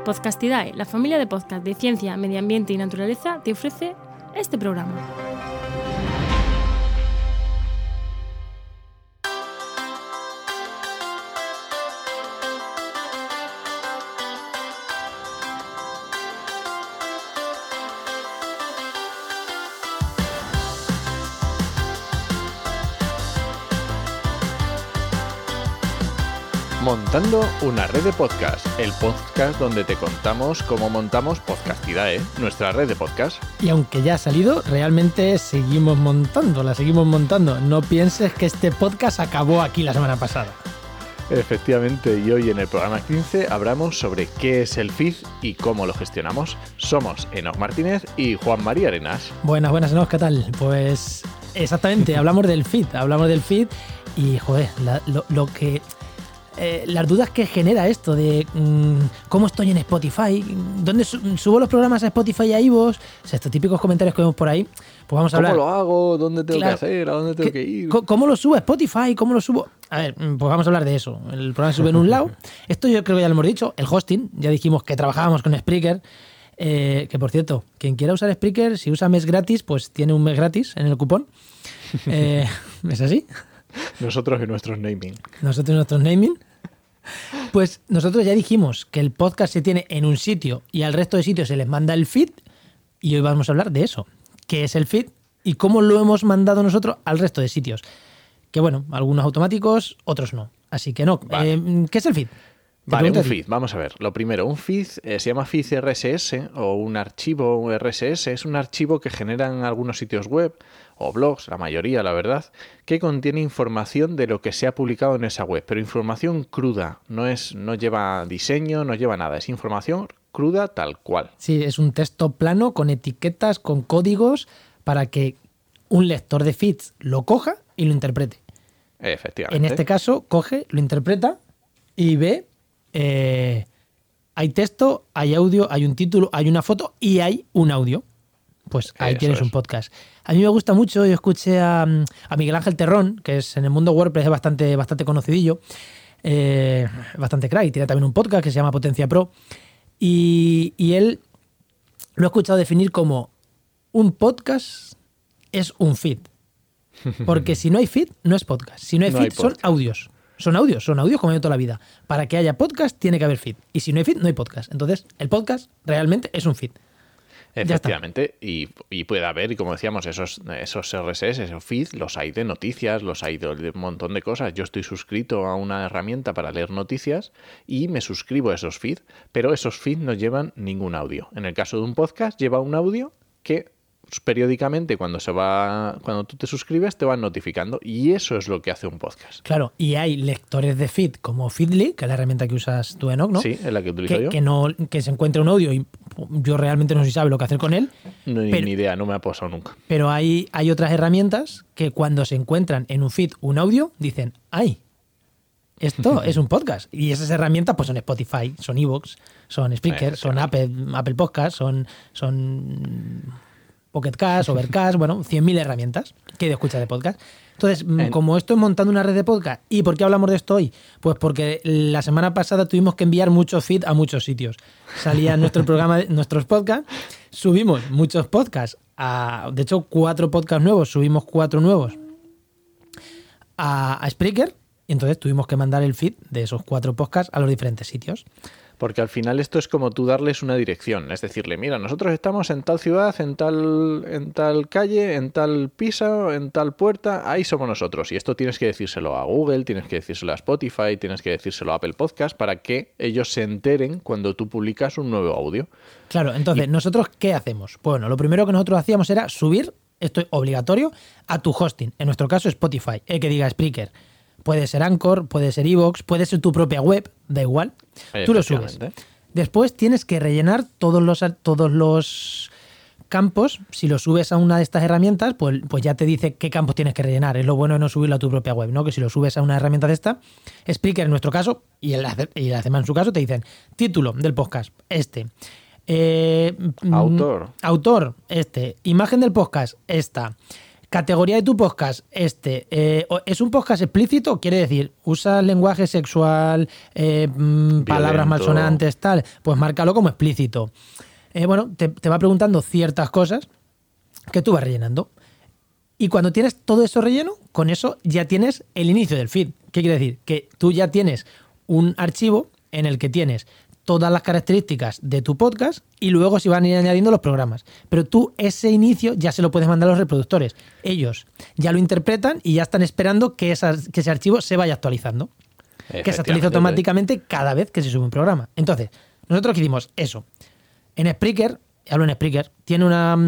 Podcastidae, la familia de podcast de ciencia, medio ambiente y naturaleza, te ofrece este programa. Montando una red de podcast, el podcast donde te contamos cómo montamos Podcastidae, nuestra red de podcast. Y aunque ya ha salido, realmente seguimos montando. No pienses que este podcast acabó aquí la semana pasada. Efectivamente, y hoy en el programa 15 hablamos sobre qué es el feed y cómo lo gestionamos. Somos Enoc Martínez y Juan María Arenas. Buenas, Enoc, ¿qué tal? Pues exactamente, hablamos del feed y joder, las dudas que genera esto de cómo estoy en Spotify, dónde subo los programas a Spotify y a iVoox, o sea, estos típicos comentarios que vemos por ahí, pues vamos a hablar. ¿Cómo lo hago? ¿Dónde tengo que hacer? ¿A dónde tengo que ir? ¿Cómo lo subo a Spotify? ¿Cómo lo subo? A ver, pues vamos a hablar de eso. El programa se sube en un lado. Esto yo creo que ya lo hemos dicho, el hosting, ya dijimos que trabajábamos con Spreaker, que por cierto, quien quiera usar Spreaker, si usa mes gratis, pues tiene un mes gratis en el cupón. ¿Es así? Nosotros y nuestros naming. Pues nosotros ya dijimos que el podcast se tiene en un sitio y al resto de sitios se les manda el feed, y hoy vamos a hablar de eso. ¿Qué es el feed y cómo lo hemos mandado nosotros al resto de sitios? Que bueno, algunos automáticos, otros no. Así que no. Vale. ¿Qué es el feed? Vale, un feed, vamos a ver. Lo primero, un feed se llama feed RSS o un archivo RSS. Es un archivo que generan algunos sitios web o blogs, la mayoría, la verdad, que contiene información de lo que se ha publicado en esa web, pero información cruda. No lleva diseño, no lleva nada. Es información cruda tal cual. Sí, es un texto plano con etiquetas, con códigos, para que un lector de feeds lo coja y lo interprete. Efectivamente. En este caso, coge, lo interpreta y ve. Hay texto, hay audio, hay un título, hay una foto y hay un audio. Pues ahí eso tienes un podcast. A mí me gusta mucho, yo escuché a Miguel Ángel Terrón, que es en el mundo WordPress es bastante conocidillo, bastante crack, y tiene también un podcast que se llama Potencia Pro, y él lo he escuchado definir como un podcast es un feed. Porque si no hay feed, no es podcast. Si no hay feed, son audios. Son audios como en toda la vida. Para que haya podcast, tiene que haber feed. Y si no hay feed, no hay podcast. Entonces, el podcast realmente es un feed. Efectivamente. Y puede haber, y como decíamos, esos RSS, esos feeds, los hay de noticias, los hay de un montón de cosas. Yo estoy suscrito a una herramienta para leer noticias y me suscribo a esos feeds, pero esos feeds no llevan ningún audio. En el caso de un podcast, lleva un audio que periódicamente cuando tú te suscribes te van notificando, y eso es lo que hace un podcast. Claro, y hay lectores de feed como Feedly, que es la herramienta que usas tú, Enoc, ¿no? Sí, es la que utilizo yo. Que se encuentra un audio y yo realmente no sé si sabe lo que hacer con él. Ni idea, no me ha pasado nunca. Pero hay otras herramientas que cuando se encuentran en un feed un audio, dicen, ¡ay! Esto es un podcast. Y esas herramientas pues son Spotify, son iVoox, son Spreaker, son Apple Podcast, son Pocket Cast, Overcast, bueno, 100.000 herramientas que hay de escucha de podcast. Entonces, como esto es montando una red de podcast, ¿y por qué hablamos de esto hoy? Pues porque la semana pasada tuvimos que enviar muchos feed a muchos sitios. Salía nuestro programa, nuestros podcasts, subimos muchos podcasts, de hecho 4 podcasts nuevos, subimos 4 nuevos a Spreaker, y entonces tuvimos que mandar el feed de esos 4 podcasts a los diferentes sitios. Porque al final esto es como tú darles una dirección, es decirle, mira, nosotros estamos en tal ciudad, en tal calle, en tal piso, en tal puerta, ahí somos nosotros. Y esto tienes que decírselo a Google, tienes que decírselo a Spotify, tienes que decírselo a Apple Podcast para que ellos se enteren cuando tú publicas un nuevo audio. Claro, entonces, ¿nosotros qué hacemos? Bueno, lo primero que nosotros hacíamos era subir, esto es obligatorio, a tu hosting. En nuestro caso Spotify, que diga Spreaker. Puede ser Anchor, puede ser iVoox, puede ser tu propia web, da igual. Tú lo subes. Después tienes que rellenar todos los campos. Si lo subes a una de estas herramientas, pues ya te dice qué campos tienes que rellenar. Es lo bueno de no subirlo a tu propia web, ¿no? Que si lo subes a una herramienta de esta, Spreaker en nuestro caso, y las demás en su caso, te dicen título del podcast, Autor, imagen del podcast, esta. Categoría de tu podcast, ¿es un podcast explícito? Quiere decir, ¿usas lenguaje sexual, palabras malsonantes, tal? Pues márcalo como explícito. Bueno, te va preguntando ciertas cosas que tú vas rellenando. Y cuando tienes todo eso relleno, con eso ya tienes el inicio del feed. ¿Qué quiere decir? Que tú ya tienes un archivo en el que tienes todas las características de tu podcast y luego se van a ir añadiendo los programas. Pero tú ese inicio ya se lo puedes mandar a los reproductores. Ellos ya lo interpretan y ya están esperando que ese archivo se vaya actualizando. Que se actualiza automáticamente cada vez que se sube un programa. Entonces, nosotros que hicimos eso. En Spreaker, hablo en Spreaker, tiene una...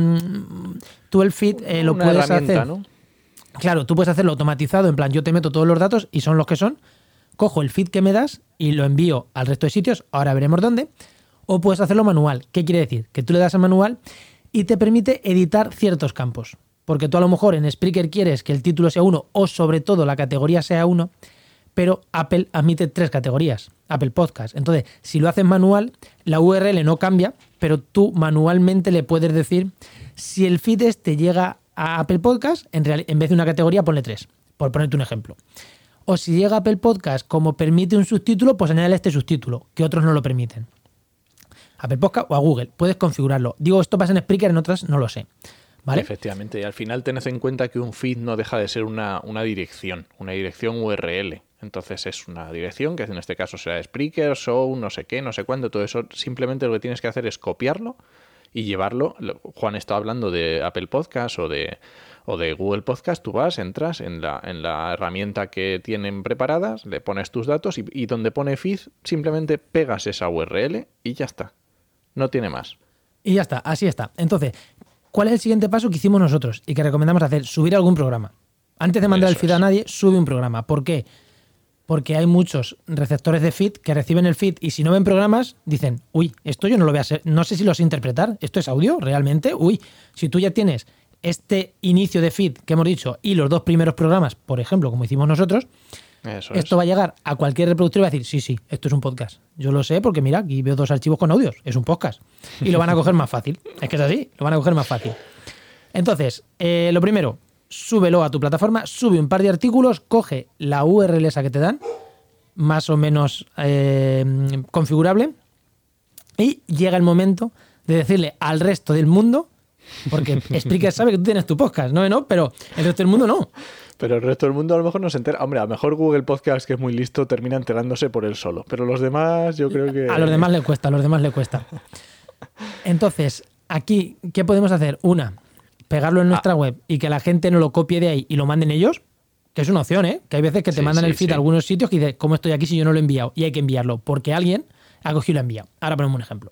Tú el feed lo puedes hacer... ¿no? Claro, tú puedes hacerlo automatizado, en plan, yo te meto todos los datos y son los que son, cojo el feed que me das y lo envío al resto de sitios, ahora veremos dónde, o puedes hacerlo manual. ¿Qué quiere decir? Que tú le das a manual y te permite editar ciertos campos. Porque tú a lo mejor en Spreaker quieres que el título sea uno o sobre todo la categoría sea uno, pero Apple admite 3 categorías, Apple Podcast. Entonces, si lo haces manual, la URL no cambia, pero tú manualmente le puedes decir si el feed llega a Apple Podcast, en vez de una categoría ponle 3, por ponerte un ejemplo. O si llega a Apple Podcast como permite un subtítulo, pues añade este subtítulo, que otros no lo permiten. Apple Podcast o a Google, puedes configurarlo. Digo, esto pasa en Spreaker, en otras no lo sé. ¿Vale? Efectivamente, y al final tened en cuenta que un feed no deja de ser una dirección URL. Entonces es una dirección que en este caso será Spreaker, Show, no sé qué, no sé cuándo, todo eso simplemente lo que tienes que hacer es copiarlo y llevarlo. Juan está hablando de Apple Podcast o de Google Podcast. Tú vas, entras en la herramienta que tienen preparadas, le pones tus datos y donde pone feed simplemente pegas esa URL y ya está. No tiene más. Y ya está, así está. Entonces, ¿cuál es el siguiente paso que hicimos nosotros y que recomendamos hacer? Subir algún programa. Antes de mandar el feed a nadie, sube un programa. ¿Por qué? Porque hay muchos receptores de feed que reciben el feed y si no ven programas, dicen, uy, esto yo no lo voy a hacer, no sé si lo sé interpretar, ¿esto es audio realmente? Uy, si tú ya tienes este inicio de feed que hemos dicho y los 2 primeros programas, por ejemplo, como hicimos nosotros, esto va a llegar a cualquier reproductor y va a decir, sí, esto es un podcast. Yo lo sé porque mira, aquí veo 2 archivos con audios, es un podcast. Y lo van a coger más fácil. Es que es así, lo van a coger más fácil. Entonces, lo primero, súbelo a tu plataforma, sube un par de artículos, coge la URL esa que te dan, más o menos configurable, y llega el momento de decirle al resto del mundo, porque Spreaker sabe que tú tienes tu podcast, ¿no? Pero el resto del mundo no. Pero el resto del mundo a lo mejor no se entera. Hombre, a lo mejor Google Podcast, que es muy listo, termina enterándose por él solo. Pero los demás, yo creo que... A los demás le cuesta, Entonces, aquí, ¿qué podemos hacer? Una, pegarlo en nuestra web y que la gente no lo copie de ahí y lo manden ellos, que es una opción, ¿eh? Que hay veces que te mandan el feed a algunos sitios que dices, ¿cómo estoy aquí si yo no lo he enviado? Y hay que enviarlo, porque alguien ha cogido y lo ha enviado. Ahora ponemos un ejemplo.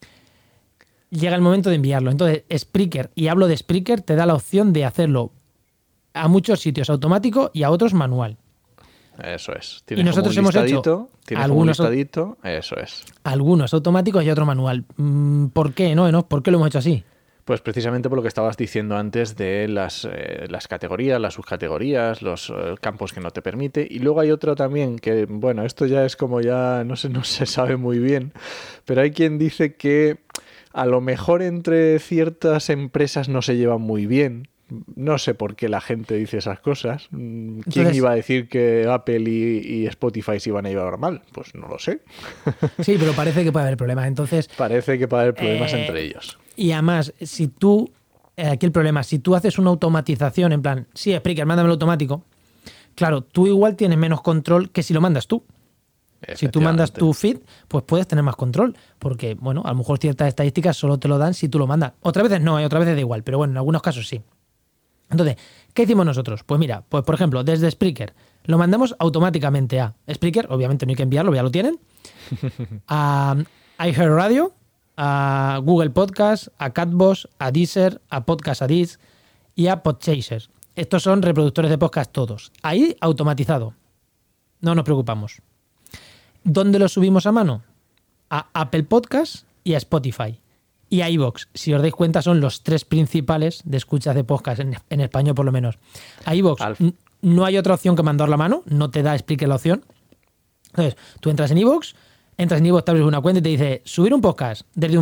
Llega el momento de enviarlo. Entonces, Spreaker, y hablo de Spreaker, te da la opción de hacerlo a muchos sitios automático y a otros manual. Eso es. Y nosotros hemos hecho algunos eso es. Algunos automáticos y otros manual. ¿Por qué? ¿No? ¿Por qué lo hemos hecho así? Pues precisamente por lo que estabas diciendo antes de las categorías, las subcategorías, los campos que no te permite. Y luego hay otro también que, bueno, esto ya es como ya no se sabe muy bien, pero hay quien dice que a lo mejor entre ciertas empresas no se llevan muy bien. No sé por qué la gente dice esas cosas. ¿Quién iba a decir que Apple y Spotify se iban a llevar mal? Pues no lo sé. Sí, pero parece que puede haber problemas. Entonces, parece que puede haber problemas entre ellos. Y además, si tú... aquí el problema, si tú haces una automatización, en plan, sí, Spreaker, mándamelo automático, claro, tú igual tienes menos control que si lo mandas tú. Si tú mandas tu feed, pues puedes tener más control, porque, bueno, a lo mejor ciertas estadísticas solo te lo dan si tú lo mandas. Otras veces no, otras veces da igual, pero bueno, en algunos casos sí. Entonces, ¿qué hicimos nosotros? Pues mira, pues por ejemplo, desde Spreaker lo mandamos automáticamente a Spreaker, obviamente no hay que enviarlo, ya lo tienen, a iHeartRadio, a Google Podcast, a Catbox, a Deezer, a Podcast Addict y a Podchaser. Estos son reproductores de podcast todos. Ahí automatizado. No nos preocupamos. ¿Dónde lo subimos a mano? A Apple Podcast y a Spotify. Y a iVoox, si os dais cuenta, son los 3 principales de escuchas de podcast, en español por lo menos. A iVoox no hay otra opción que mandar la mano, no te da Spreaker la opción. Entonces, tú entras en iVoox, te abres una cuenta y te dice, subir un podcast desde un feed,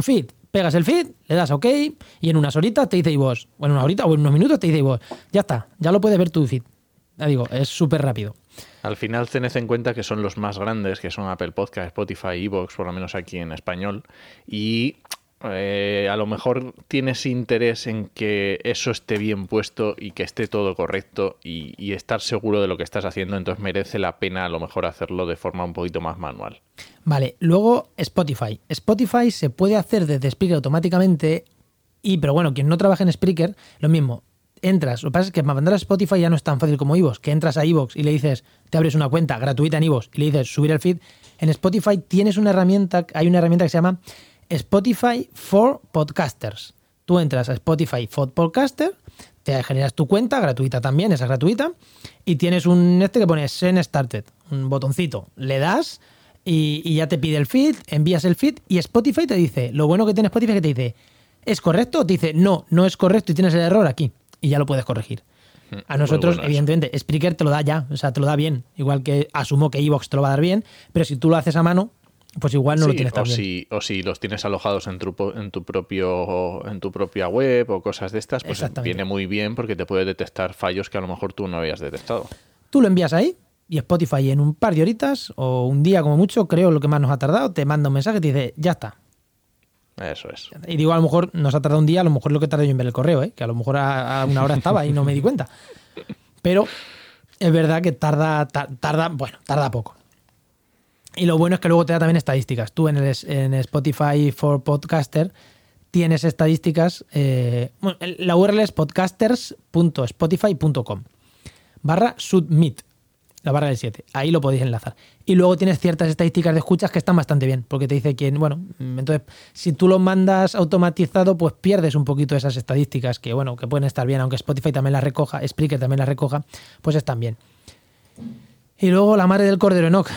pegas el feed, le das a OK y en unas horitas te dice iVoox. O en una horita o en unos minutos te dice iVoox. Ya está, ya lo puedes ver tu feed. Ya digo, es súper rápido. Al final tened en cuenta que son los más grandes, que son Apple Podcast, Spotify, iVoox, por lo menos aquí en español. Y a lo mejor tienes interés en que eso esté bien puesto y que esté todo correcto y estar seguro de lo que estás haciendo, entonces merece la pena a lo mejor hacerlo de forma un poquito más manual. Vale, luego Spotify. Spotify se puede hacer desde Spreaker automáticamente, pero bueno, quien no trabaja en Spreaker, lo mismo. Entras, lo que pasa es que para mandar a Spotify ya no es tan fácil como iVoox, que entras a iVoox y le dices, te abres una cuenta gratuita en iVoox y le dices subir el feed. En Spotify tienes una herramienta, hay una herramienta que se llama Spotify for Podcasters. Tú entras a Spotify for Podcaster, te generas tu cuenta, gratuita también, esa es gratuita, y tienes que pone Send Started, un botoncito, le das y ya te pide el feed, envías el feed y Spotify te dice, lo bueno que tiene Spotify es que te dice, ¿es correcto? Te dice, no es correcto y tienes el error aquí. Y ya lo puedes corregir. A nosotros, bueno, evidentemente, Spreaker te lo da ya, o sea, te lo da bien. Igual que asumo que iVoox te lo va a dar bien, pero si tú lo haces a mano, pues igual no lo tienes tan bien. O si los tienes alojados en tu propia web o cosas de estas, pues viene muy bien porque te puede detectar fallos que a lo mejor tú no habías detectado. Tú lo envías ahí y Spotify en un par de horitas o un día como mucho, creo lo que más nos ha tardado, te manda un mensaje y te dice, ya está. Eso es. Y digo, a lo mejor nos ha tardado un día, a lo mejor lo que tardé yo en ver el correo, que a lo mejor a una hora estaba y no me di cuenta. Pero es verdad que tarda poco. Y lo bueno es que luego te da también estadísticas. Tú en Spotify for Podcaster tienes estadísticas. La URL es podcasters.spotify.com/submit. La barra del 7. Ahí lo podéis enlazar. Y luego tienes ciertas estadísticas de escuchas que están bastante bien, porque te dice quién. Bueno, entonces, si tú lo mandas automatizado, pues pierdes un poquito esas estadísticas que pueden estar bien, aunque Spotify también las recoja, Spreaker también las recoja, pues están bien. Y luego la madre del cordero Enoch.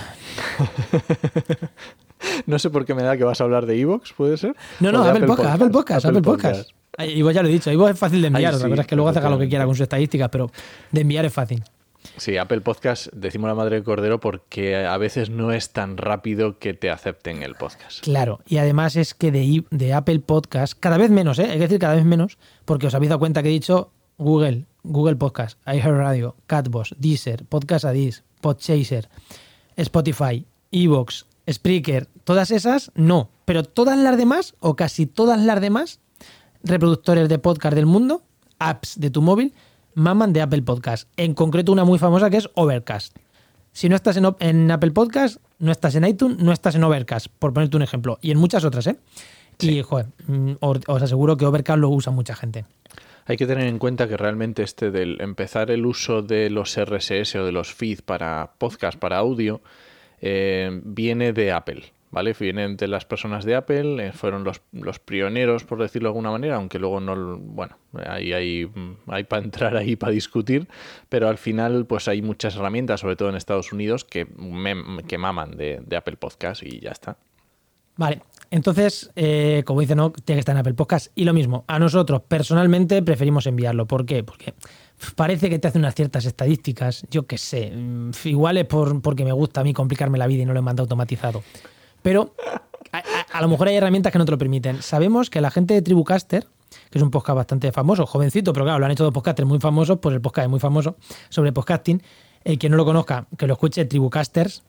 No sé por qué me da que vas a hablar de iVoox, ¿puede ser? No, Apple Podcast. iVoox ya lo he dicho, iVoox es fácil de enviar, la verdad es que luego hace lo que quiera con sus estadísticas, pero de enviar es fácil. Sí, Apple Podcast, decimos la madre del cordero porque a veces no es tan rápido que te acepten el podcast. Claro, y además es que de Apple Podcast, cada vez menos, hay que decir cada vez menos, porque os habéis dado cuenta que he dicho Google Podcast, iHeartRadio, Catbox, Deezer, Podcast Addict, Podchaser, Spotify, iVoox, Spreaker, todas esas no, pero todas las demás, o casi todas las demás, reproductores de podcast del mundo, apps de tu móvil, maman de Apple Podcast. En concreto una muy famosa que es Overcast. Si no estás en Apple Podcast, no estás en iTunes, no estás en Overcast, por ponerte un ejemplo. Y en muchas otras, ¿eh? Sí. Y, os aseguro que Overcast lo usa mucha gente. Hay que tener en cuenta que realmente del empezar el uso de los RSS o de los feeds para podcast, para audio, viene de Apple. ¿Vale? Vienen de las personas de Apple, fueron los pioneros, por decirlo de alguna manera, aunque luego no, bueno, hay para entrar ahí para discutir, pero al final pues hay muchas herramientas, sobre todo en Estados Unidos, que maman de Apple Podcast y ya está. Vale, entonces, como dice, no, tiene que estar en Apple Podcast. Y lo mismo, a nosotros personalmente preferimos enviarlo. ¿Por qué? Porque parece que te hace unas ciertas estadísticas, yo qué sé, igual es porque me gusta a mí complicarme la vida y no lo he mandado automatizado. Pero a lo mejor hay herramientas que no te lo permiten. Sabemos que la gente de Tribucaster, que es un podcast bastante famoso, jovencito, pero claro, lo han hecho dos podcasters muy famosos, pues el podcast es muy famoso sobre podcasting. Quien no lo conozca, que lo escuche, Tribucasters.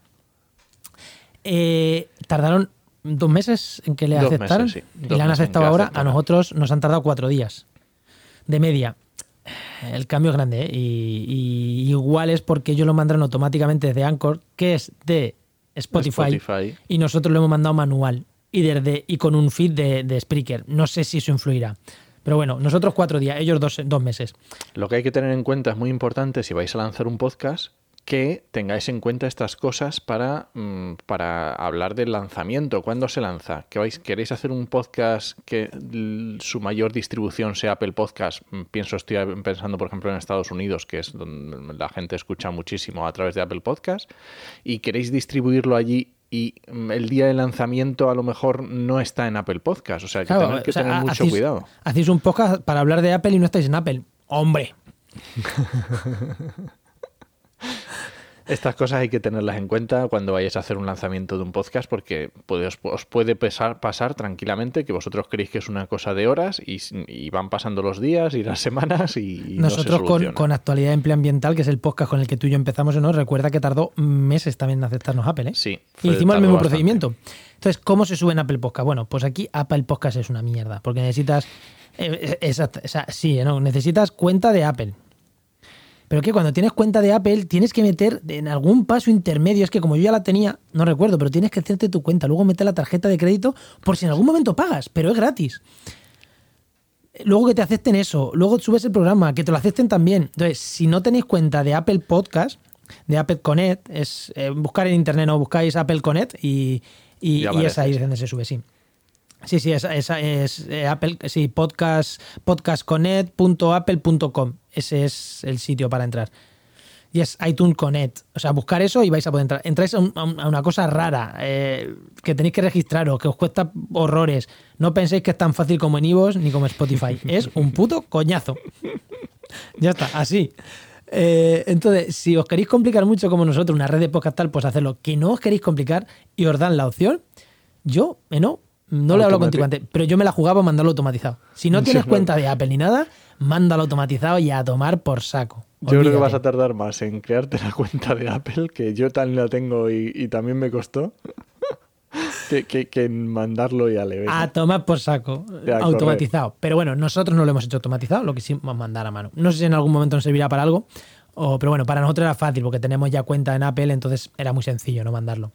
Tardaron 2 meses en que le aceptaron. 2 meses, sí. Y le han aceptado ahora. A nosotros nos han tardado 4 días de media. El cambio es grande, Y igual es porque ellos lo mandaron automáticamente desde Anchor, que es de Spotify, y nosotros lo hemos mandado manual y con un feed de Spreaker. No sé si eso influirá. Pero bueno, nosotros 4 días, ellos 2 meses. Lo que hay que tener en cuenta es muy importante si vais a lanzar un podcast, que tengáis en cuenta estas cosas para hablar del lanzamiento. ¿Cuándo se lanza? ¿Queréis hacer un podcast que su mayor distribución sea Apple Podcast? Estoy pensando, por ejemplo, en Estados Unidos, que es donde la gente escucha muchísimo a través de Apple Podcast, y queréis distribuirlo allí y el día de lanzamiento a lo mejor no está en Apple Podcast. O sea, hay que tener mucho cuidado. Hacéis un podcast para hablar de Apple y no estáis en Apple. ¡Hombre! Estas cosas hay que tenerlas en cuenta cuando vayáis a hacer un lanzamiento de un podcast porque os puede pasar tranquilamente que vosotros creéis que es una cosa de horas y van pasando los días y las semanas y nosotros no se soluciona. con Actualidad de Empleo Ambiental, que es el podcast con el que tú y yo empezamos, ¿no? Recuerda que tardó meses también en aceptarnos Apple, ¿eh? Sí. Y hicimos el mismo bastante. procedimiento. Entonces, ¿cómo se sube en Apple Podcast? Bueno, pues aquí Apple Podcast es una mierda porque necesitas... necesitas cuenta de Apple. Pero que cuando tienes cuenta de Apple tienes que meter en algún paso intermedio, es que como yo ya la tenía, no recuerdo, pero tienes que hacerte tu cuenta, luego meter la tarjeta de crédito por si en algún momento pagas, pero es gratis. Luego que te acepten eso, luego subes el programa, que te lo acepten también. Entonces, si no tenéis cuenta de Apple Podcast, de Apple Connect, es buscar en internet, no buscáis Apple Connect y es ahí donde se sube, sí. Sí, esa es Apple, sí, podcastconnect.apple.com. Ese es el sitio para entrar. Y es iTunes Connect. O sea, buscar eso y vais a poder entrar. Entráis a una cosa rara que tenéis que registraros, que os cuesta horrores. No penséis que es tan fácil como en iVoox ni como Spotify. Es un puto coñazo. Ya está, así. Entonces, si os queréis complicar mucho como nosotros, una red de podcast tal, pues hacedlo. Que no os queréis complicar y os dan la opción, yo, no le hablo contigo antes, pero yo me la jugaba a mandarlo automatizado. Si no tienes cuenta de Apple ni nada, mándalo automatizado y a tomar por saco. Yo creo que vas a tardar más en crearte la cuenta de Apple, que yo también la tengo y también me costó, que en mandarlo y a le a tomar por saco, automatizado. Correr. Pero bueno, nosotros no lo hemos hecho automatizado, lo quisimos mandar a mano. No sé si en algún momento nos servirá para algo, pero bueno, para nosotros era fácil porque tenemos ya cuenta en Apple, entonces era muy sencillo no mandarlo.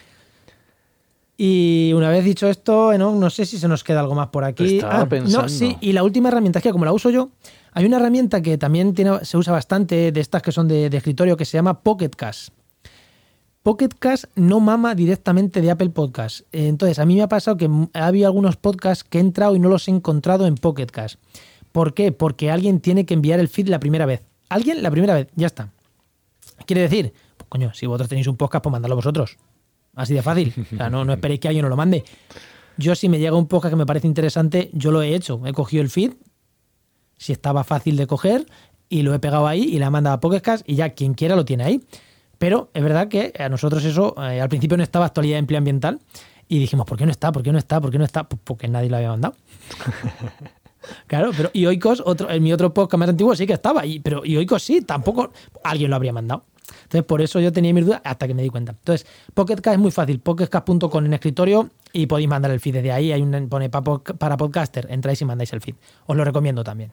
Y una vez dicho esto, no sé si se nos queda algo más por aquí. Estaba pensando. No, sí, y la última herramienta es que como la uso yo, hay una herramienta que también se usa bastante de estas que son de escritorio que se llama Pocket Cast. Pocket Cast no mama directamente de Apple Podcast. Entonces, a mí me ha pasado que ha habido algunos podcasts que he entrado y no los he encontrado en Pocket Cast. ¿Por qué? Porque alguien tiene que enviar el feed la primera vez. Alguien la primera vez, ya está. Quiere decir, pues coño, si vosotros tenéis un podcast, pues mandadlo vosotros. Así de fácil. O sea, no esperéis que alguien os lo mande. Yo, si me llega un podcast que me parece interesante, yo lo he hecho. He cogido el feed, si estaba fácil de coger, y lo he pegado ahí y le he mandado a Pocket Cast y ya quien quiera lo tiene ahí. Pero es verdad que a nosotros eso, al principio no estaba Actualidad de Empleo Ambiental y dijimos, ¿por qué no está? ¿Por qué no está? ¿Por qué no está? Pues porque nadie lo había mandado. Claro, pero y Oikos, en mi otro podcast más antiguo sí que estaba, y Oikos sí, tampoco alguien lo habría mandado. Entonces, por eso yo tenía mis dudas hasta que me di cuenta. Entonces, Pocket Cast es muy fácil. Pocketcast.com en escritorio y podéis mandar el feed desde ahí. Pone para podcaster. Entráis y mandáis el feed. Os lo recomiendo también.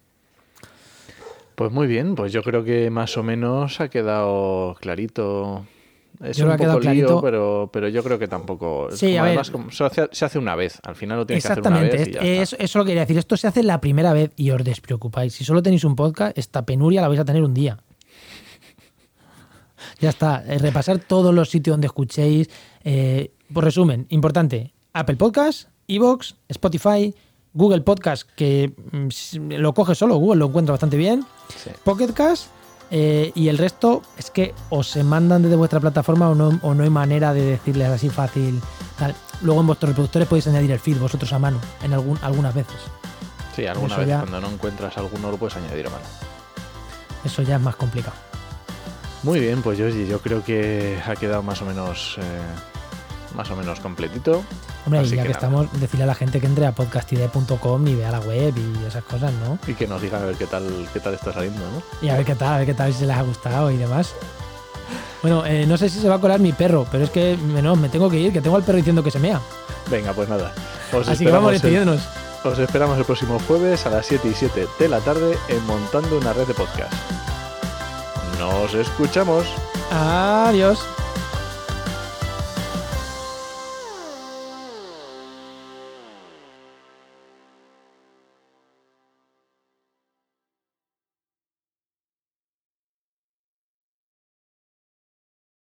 Pues muy bien. Pues yo creo que más o menos ha quedado clarito. Es yo un poco lío, pero yo creo que tampoco. Sí, a ver. Se hace una vez. Al final lo tienes que hacer una vez. Exactamente. Eso lo quería decir. Esto se hace la primera vez y os despreocupáis. Si solo tenéis un podcast, esta penuria la vais a tener un día. Ya está, repasar todos los sitios donde escuchéis. Por resumen, importante, Apple Podcast, iVoox, Spotify, Google Podcast, que lo coge solo, Google lo encuentra bastante bien, sí. Pocket Cast, y el resto es que o se mandan desde vuestra plataforma o no hay manera de decirles así fácil. Tal. Luego en vuestros reproductores podéis añadir el feed vosotros a mano, en algunas veces. Sí, alguna vez cuando no encuentras alguno lo puedes añadir a mano. Eso ya es más complicado. Muy bien, pues yo creo que ha quedado más o menos completito. Hombre, ya que estamos, decirle a la gente que entre a podcastidea.com y vea la web y esas cosas, ¿no? Y que nos digan a ver qué tal está saliendo, ¿no? Y a ver qué tal, si les ha gustado y demás. Bueno, no sé si se va a colar mi perro, pero es que me tengo que ir, que tengo al perro diciendo que se mea. Venga, pues nada. Así que vamos despidiéndonos. Os esperamos el próximo jueves a las 7:07 de la tarde en Montando una Red de Podcast. ¡Nos escuchamos! Adiós.